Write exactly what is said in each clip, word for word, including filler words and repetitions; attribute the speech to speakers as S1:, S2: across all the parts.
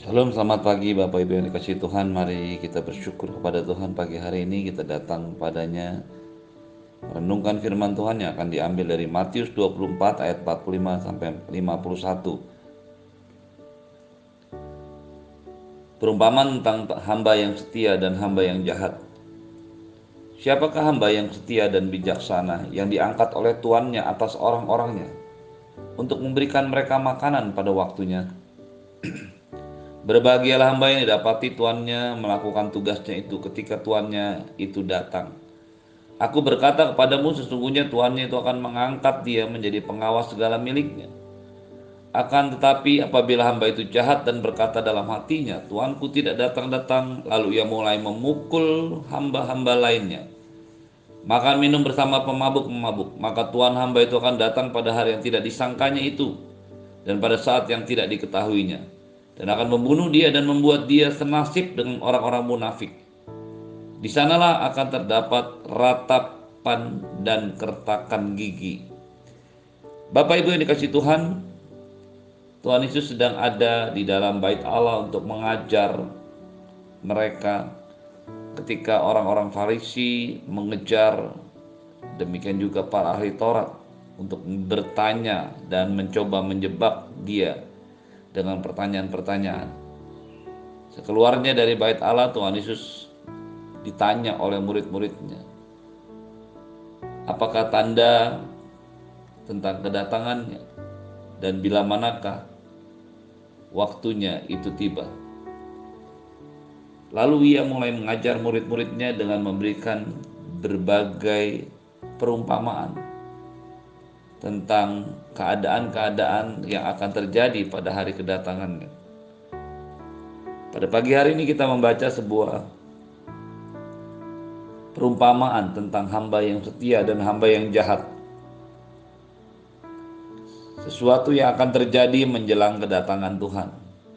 S1: Shalom, selamat pagi Bapak Ibu yang dikasihi Tuhan. Mari kita bersyukur kepada Tuhan pagi hari ini. Kita datang padanya merenungkan firman Tuhan yang akan diambil dari Matius dua puluh empat ayat empat puluh lima sampai lima puluh satu. Perumpamaan tentang hamba yang setia dan hamba yang jahat. Siapakah hamba yang setia dan bijaksana yang diangkat oleh tuannya atas orang-orangnya untuk memberikan mereka makanan pada waktunya? Berbahagialah hamba yang didapati tuannya melakukan tugasnya itu ketika tuannya itu datang. Aku berkata kepadamu, sesungguhnya tuannya itu akan mengangkat dia menjadi pengawas segala miliknya. Akan tetapi apabila hamba itu jahat dan berkata dalam hatinya, Tuanku tidak datang-datang, lalu ia mulai memukul hamba-hamba lainnya, makan minum bersama pemabuk-pemabuk, maka tuan hamba itu akan datang pada hari yang tidak disangkanya itu, dan pada saat yang tidak diketahuinya, dan akan membunuh dia dan membuat dia senasib dengan orang-orang munafik. Di sanalah akan terdapat ratapan dan kertakan gigi. Bapak Ibu yang dikasihi Tuhan, Tuhan Yesus sedang ada di dalam bait Allah untuk mengajar mereka ketika orang-orang Farisi mengejar, demikian juga para ahli Taurat, untuk bertanya dan mencoba menjebak dia dengan pertanyaan-pertanyaan. Sekeluarnya dari bait Allah, Tuhan Yesus ditanya oleh murid-muridnya, apakah tanda tentang kedatangannya dan bila manakah waktunya itu tiba. Lalu ia mulai mengajar murid-muridnya dengan memberikan berbagai perumpamaan tentang keadaan-keadaan yang akan terjadi pada hari kedatangannya. Pada pagi hari ini kita membaca sebuah perumpamaan tentang hamba yang setia dan hamba yang jahat. Sesuatu yang akan terjadi menjelang kedatangan Tuhan.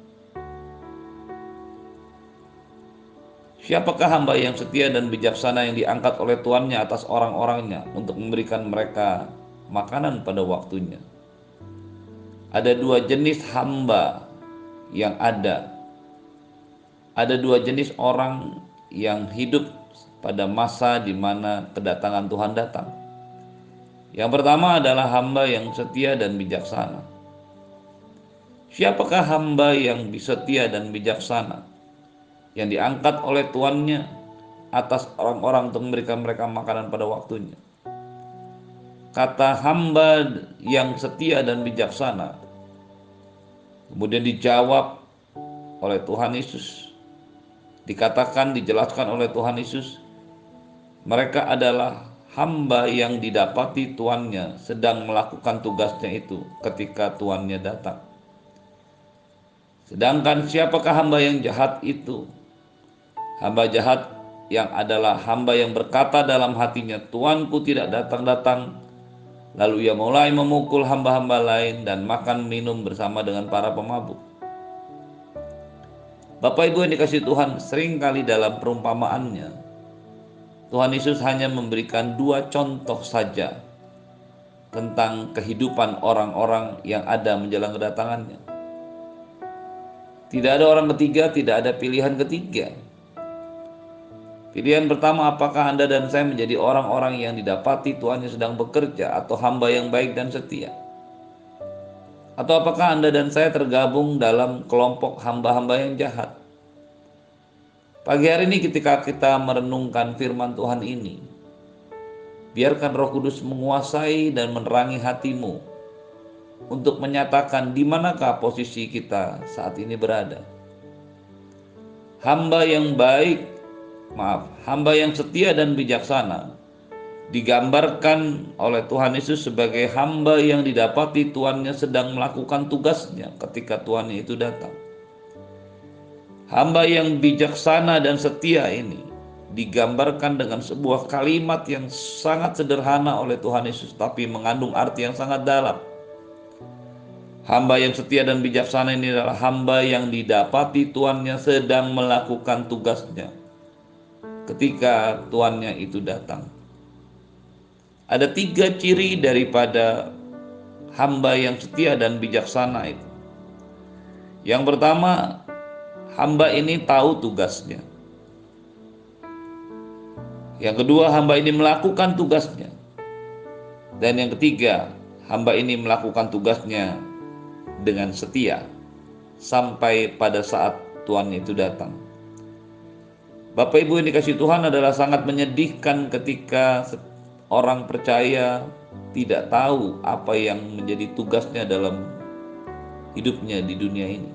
S1: Siapakah hamba yang setia dan bijaksana yang diangkat oleh tuannya atas orang-orangnya untuk memberikan mereka makanan pada waktunya? Ada dua jenis hamba yang ada. Ada dua jenis orang yang hidup pada masa di mana kedatangan Tuhan datang. Yang pertama adalah hamba yang setia dan bijaksana. Siapakah hamba yang setia dan bijaksana yang diangkat oleh tuannya atas orang-orang untuk memberikan mereka makanan pada waktunya? Kata hamba yang setia dan bijaksana kemudian dijawab oleh Tuhan Yesus. Dikatakan, dijelaskan oleh Tuhan Yesus, mereka adalah hamba yang didapati tuannya sedang melakukan tugasnya itu ketika tuannya datang. Sedangkan siapakah hamba yang jahat itu? Hamba jahat yang adalah hamba yang berkata dalam hatinya, Tuanku tidak datang-datang, lalu ia mulai memukul hamba-hamba lain dan makan minum bersama dengan para pemabuk. Bapak Ibu yang dikasihi Tuhan, seringkali dalam perumpamaannya Tuhan Yesus hanya memberikan dua contoh saja tentang kehidupan orang-orang yang ada menjelang kedatangannya. Tidak ada orang ketiga, tidak ada pilihan ketiga. Pilihan pertama, apakah Anda dan saya menjadi orang-orang yang didapati Tuhannya sedang bekerja atau hamba yang baik dan setia? Atau apakah Anda dan saya tergabung dalam kelompok hamba-hamba yang jahat? Pagi hari ini ketika kita merenungkan firman Tuhan ini, biarkan Roh Kudus menguasai dan menerangi hatimu untuk menyatakan di manakah posisi kita saat ini berada. Hamba yang baik Maaf, hamba yang setia dan bijaksana digambarkan oleh Tuhan Yesus sebagai hamba yang didapati tuannya sedang melakukan tugasnya ketika tuannya itu datang. Hamba yang bijaksana dan setia ini digambarkan dengan sebuah kalimat yang sangat sederhana oleh Tuhan Yesus, tapi mengandung arti yang sangat dalam. Hamba yang setia dan bijaksana ini adalah hamba yang didapati tuannya sedang melakukan tugasnya ketika tuannya itu datang. Ada tiga ciri daripada hamba yang setia dan bijaksana itu. Yang pertama, hamba ini tahu tugasnya. Yang kedua, hamba ini melakukan tugasnya. Dan yang ketiga, hamba ini melakukan tugasnya dengan setia sampai pada saat tuannya itu datang. Bapak Ibu yang dikasihi Tuhan, adalah sangat menyedihkan ketika orang percaya tidak tahu apa yang menjadi tugasnya dalam hidupnya di dunia ini.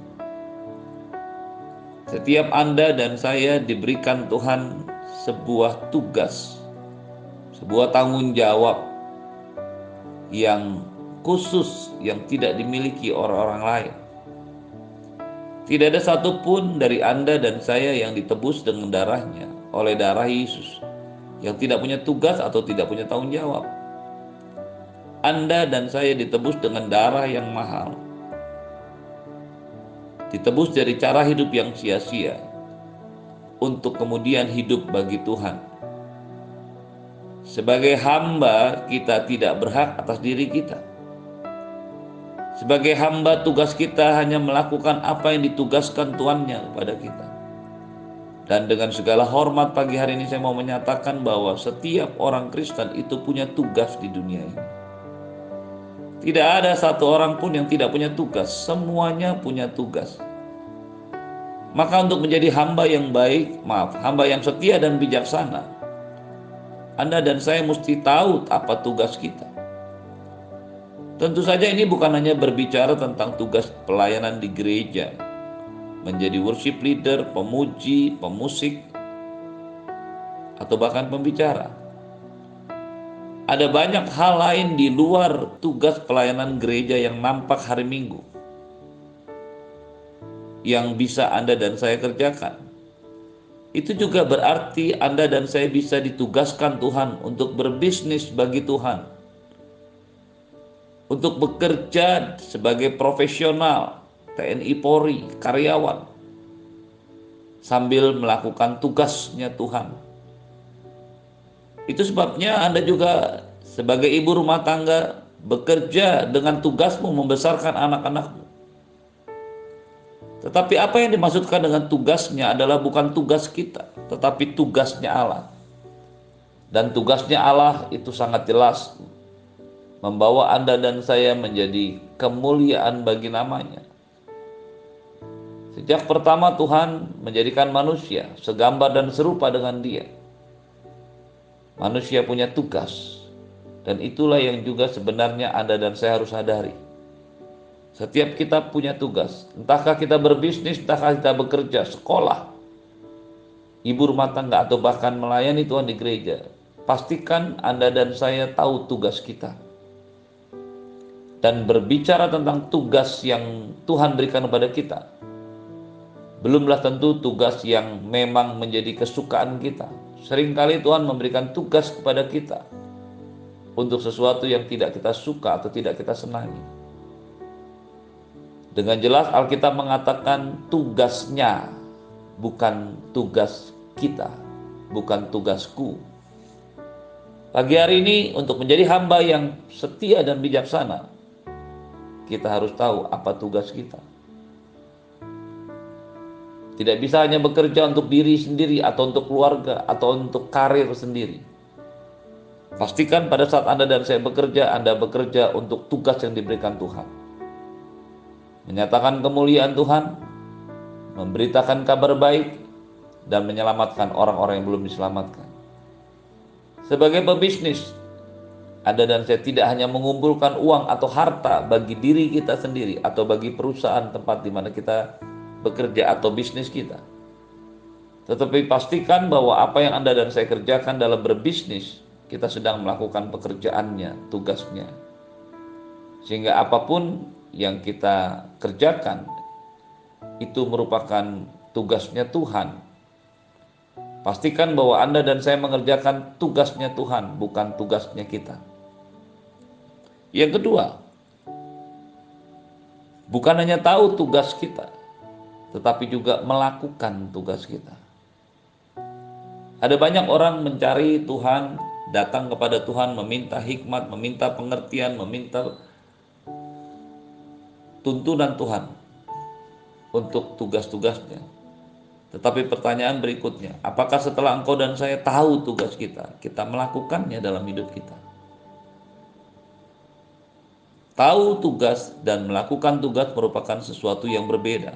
S1: Setiap Anda dan saya diberikan Tuhan sebuah tugas, sebuah tanggung jawab yang khusus yang tidak dimiliki orang-orang lain. Tidak ada satupun dari Anda dan saya yang ditebus dengan darahnya, oleh darah Yesus, yang tidak punya tugas atau tidak punya tanggung jawab. Anda dan saya ditebus dengan darah yang mahal, ditebus dari cara hidup yang sia-sia, untuk kemudian hidup bagi Tuhan. Sebagai hamba, kita tidak berhak atas diri kita. Sebagai hamba, tugas kita hanya melakukan apa yang ditugaskan tuannya kepada kita. Dan dengan segala hormat, pagi hari ini saya mau menyatakan bahwa setiap orang Kristen itu punya tugas di dunia ini. Tidak ada satu orang pun yang tidak punya tugas, semuanya punya tugas. Maka untuk menjadi hamba yang baik, maaf, hamba yang setia dan bijaksana, Anda dan saya mesti tahu apa tugas kita. Tentu saja ini bukan hanya berbicara tentang tugas pelayanan di gereja, menjadi worship leader, pemuji, pemusik, atau bahkan pembicara. Ada banyak hal lain di luar tugas pelayanan gereja yang nampak hari Minggu, yang bisa Anda dan saya kerjakan. Itu juga berarti Anda dan saya bisa ditugaskan Tuhan untuk berbisnis bagi Tuhan, untuk bekerja sebagai profesional, T N I Polri, karyawan, sambil melakukan tugasnya Tuhan. Itu sebabnya Anda juga sebagai ibu rumah tangga bekerja dengan tugasmu membesarkan anak-anakmu. Tetapi apa yang dimaksudkan dengan tugasnya adalah bukan tugas kita, tetapi tugasnya Allah. Dan tugasnya Allah itu sangat jelas, membawa Anda dan saya menjadi kemuliaan bagi namanya. Sejak pertama Tuhan menjadikan manusia segambar dan serupa dengan Dia, manusia punya tugas. Dan itulah yang juga sebenarnya Anda dan saya harus sadari. Setiap kita punya tugas, entahkah kita berbisnis, entahkah kita bekerja, sekolah, ibu rumah tangga, atau bahkan melayani Tuhan di gereja. Pastikan Anda dan saya tahu tugas kita. Dan berbicara tentang tugas yang Tuhan berikan kepada kita, belumlah tentu tugas yang memang menjadi kesukaan kita. Seringkali Tuhan memberikan tugas kepada kita untuk sesuatu yang tidak kita suka atau tidak kita senangi. Dengan jelas Alkitab mengatakan tugasnya, bukan tugas kita, bukan tugasku. Pagi hari ini untuk menjadi hamba yang setia dan bijaksana, kita harus tahu apa tugas kita. Tidak bisa hanya bekerja untuk diri sendiri atau untuk keluarga atau untuk karir sendiri. Pastikan pada saat Anda dan saya bekerja, Anda bekerja untuk tugas yang diberikan Tuhan. Menyatakan kemuliaan Tuhan, memberitakan kabar baik, dan menyelamatkan orang-orang yang belum diselamatkan. Sebagai pebisnis, Anda dan saya tidak hanya mengumpulkan uang atau harta bagi diri kita sendiri atau bagi perusahaan tempat di mana kita bekerja atau bisnis kita. Tetapi pastikan bahwa apa yang Anda dan saya kerjakan dalam berbisnis, kita sedang melakukan pekerjaannya, tugasnya. Sehingga apapun yang kita kerjakan, itu merupakan tugasnya Tuhan. Pastikan bahwa Anda dan saya mengerjakan tugasnya Tuhan, bukan tugasnya kita. Yang kedua, bukan hanya tahu tugas kita, tetapi juga melakukan tugas kita. Ada banyak orang mencari Tuhan, datang kepada Tuhan, meminta hikmat, meminta pengertian, meminta tuntunan Tuhan untuk tugas-tugasnya. Tetapi pertanyaan berikutnya, apakah setelah engkau dan saya tahu tugas kita, kita melakukannya dalam hidup kita? Tahu tugas dan melakukan tugas merupakan sesuatu yang berbeda.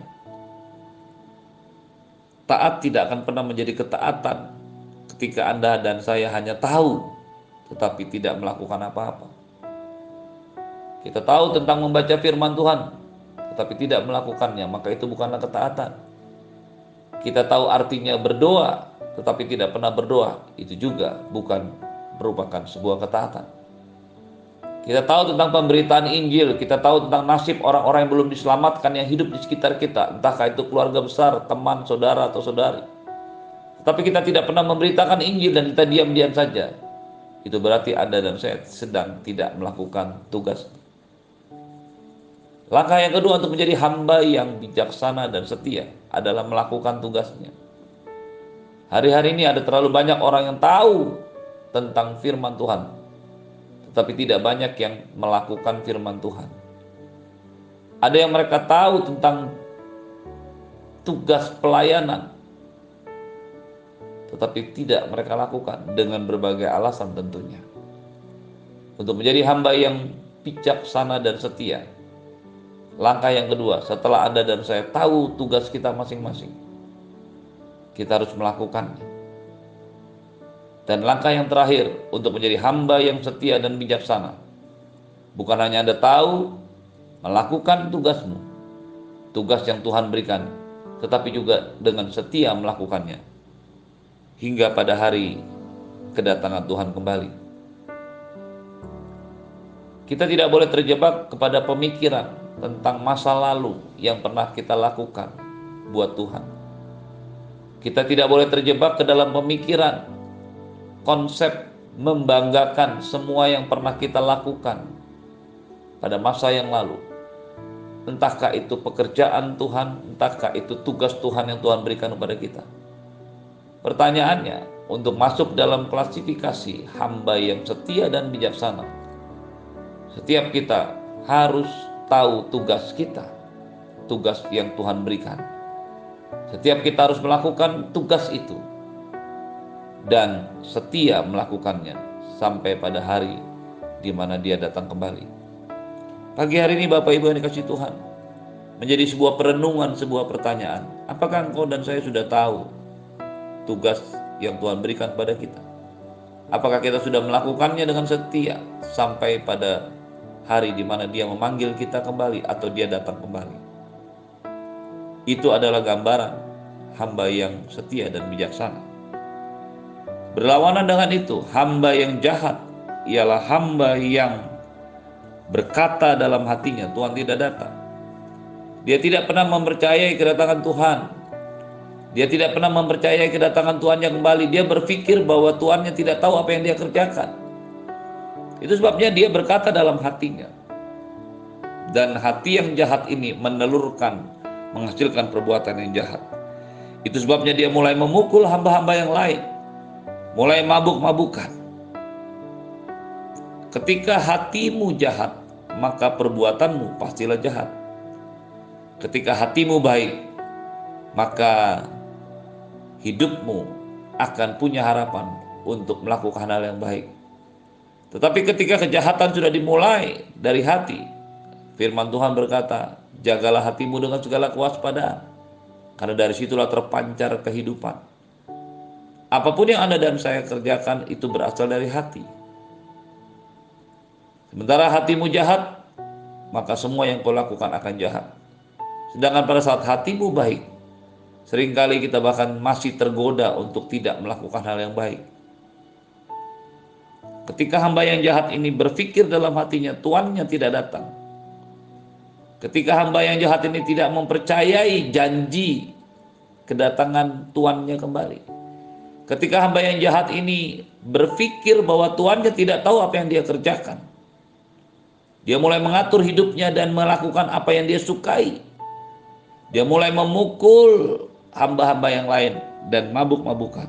S1: Taat tidak akan pernah menjadi ketaatan ketika Anda dan saya hanya tahu, tetapi tidak melakukan apa-apa. Kita tahu tentang membaca firman Tuhan, tetapi tidak melakukannya, maka itu bukanlah ketaatan. Kita tahu artinya berdoa, tetapi tidak pernah berdoa, itu juga bukan merupakan sebuah ketaatan. Kita tahu tentang pemberitaan Injil, kita tahu tentang nasib orang-orang yang belum diselamatkan yang hidup di sekitar kita, entahkah itu keluarga besar, teman, saudara, atau saudari. Tapi kita tidak pernah memberitakan Injil dan kita diam-diam saja. Itu berarti Anda dan saya sedang tidak melakukan tugas. Langkah yang kedua untuk menjadi hamba yang bijaksana dan setia adalah melakukan tugasnya. Hari-hari ini ada terlalu banyak orang yang tahu tentang firman Tuhan, tetapi tidak banyak yang melakukan firman Tuhan. Ada yang mereka tahu tentang tugas pelayanan, tetapi tidak mereka lakukan dengan berbagai alasan tentunya. Untuk menjadi hamba yang bijaksana dan setia, langkah yang kedua, setelah Anda dan saya tahu tugas kita masing-masing, kita harus melakukannya. Dan langkah yang terakhir untuk menjadi hamba yang setia dan bijaksana, bukan hanya Anda tahu, melakukan tugasmu, tugas yang Tuhan berikan, tetapi juga dengan setia melakukannya, hingga pada hari kedatangan Tuhan kembali. Kita tidak boleh terjebak kepada pemikiran tentang masa lalu yang pernah kita lakukan buat Tuhan. Kita tidak boleh terjebak ke dalam pemikiran konsep membanggakan semua yang pernah kita lakukan pada masa yang lalu. Entahkah itu pekerjaan Tuhan, entahkah itu tugas Tuhan yang Tuhan berikan kepada kita. Pertanyaannya, untuk masuk dalam klasifikasi hamba yang setia dan bijaksana, setiap kita harus tahu tugas kita, tugas yang Tuhan berikan. Setiap kita harus melakukan tugas itu dan setia melakukannya sampai pada hari di mana Dia datang kembali. Pagi hari ini Bapak Ibu yang dikasihi Tuhan, menjadi sebuah perenungan, sebuah pertanyaan. Apakah engkau dan saya sudah tahu tugas yang Tuhan berikan kepada kita? Apakah kita sudah melakukannya dengan setia sampai pada hari di mana Dia memanggil kita kembali atau Dia datang kembali? Itu adalah gambaran hamba yang setia dan bijaksana. Berlawanan dengan itu, hamba yang jahat ialah hamba yang berkata dalam hatinya, Tuhan tidak datang. Dia tidak pernah mempercayai kedatangan Tuhan. Dia tidak pernah mempercayai kedatangan Tuhannya kembali. Dia berpikir bahwa Tuhannya tidak tahu apa yang dia kerjakan. Itu sebabnya dia berkata dalam hatinya. Dan hati yang jahat ini menelurkan, menghasilkan perbuatan yang jahat. Itu sebabnya dia mulai memukul hamba-hamba yang lain, mulai mabuk-mabukan. Ketika hatimu jahat, maka perbuatanmu pastilah jahat. Ketika hatimu baik, maka hidupmu akan punya harapan untuk melakukan hal yang baik. Tetapi ketika kejahatan sudah dimulai dari hati, firman Tuhan berkata, jagalah hatimu dengan segala kewaspadaan, karena dari situlah terpancar kehidupan. Apapun yang Anda dan saya kerjakan itu berasal dari hati. Sementara hatimu jahat, maka semua yang kau lakukan akan jahat. Sedangkan pada saat hatimu baik, seringkali kita bahkan masih tergoda untuk tidak melakukan hal yang baik. Ketika hamba yang jahat ini berpikir dalam hatinya, tuannya tidak datang. Ketika hamba yang jahat ini tidak mempercayai janji kedatangan tuannya kembali. Ketika hamba yang jahat ini berpikir bahwa tuannya tidak tahu apa yang dia kerjakan. Dia mulai mengatur hidupnya dan melakukan apa yang dia sukai. Dia mulai memukul hamba-hamba yang lain dan mabuk-mabukan.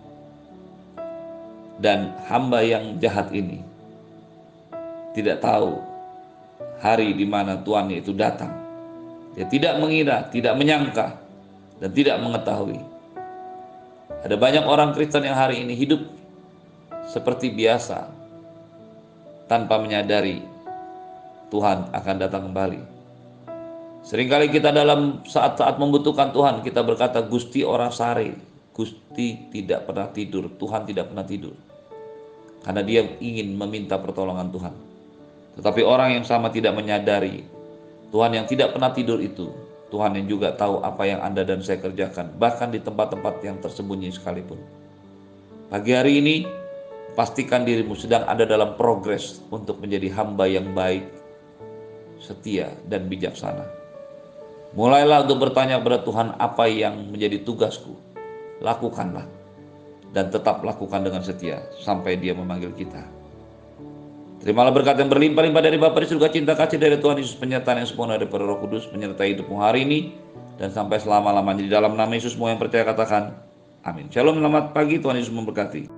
S1: Dan hamba yang jahat ini tidak tahu hari di mana tuannya itu datang. Dia tidak mengira, tidak menyangka dan tidak mengetahui. Ada banyak orang Kristen yang hari ini hidup seperti biasa tanpa menyadari Tuhan akan datang kembali. Seringkali kita dalam saat-saat membutuhkan Tuhan, kita berkata, Gusti ora sare, Gusti tidak pernah tidur, Tuhan tidak pernah tidur. Karena dia ingin meminta pertolongan Tuhan. Tetapi orang yang sama tidak menyadari Tuhan yang tidak pernah tidur itu, Tuhan yang juga tahu apa yang Anda dan saya kerjakan, bahkan di tempat-tempat yang tersembunyi sekalipun. Pagi hari ini, pastikan dirimu sedang ada dalam progres untuk menjadi hamba yang baik, setia, dan bijaksana. Mulailah untuk bertanya kepada Tuhan, apa yang menjadi tugasku? Lakukanlah, dan tetap lakukan dengan setia sampai Dia memanggil kita. Terimalah berkat yang berlimpah-limpah dari Bapa di surga, cinta kasih dari Tuhan Yesus, penyertaan yang sempurna dari Roh Kudus menyertai hidupmu hari ini dan sampai selama-lamanya. Di dalam nama Yesus, semua yang percaya katakan amin. Shalom, selamat pagi, Tuhan Yesus memberkati.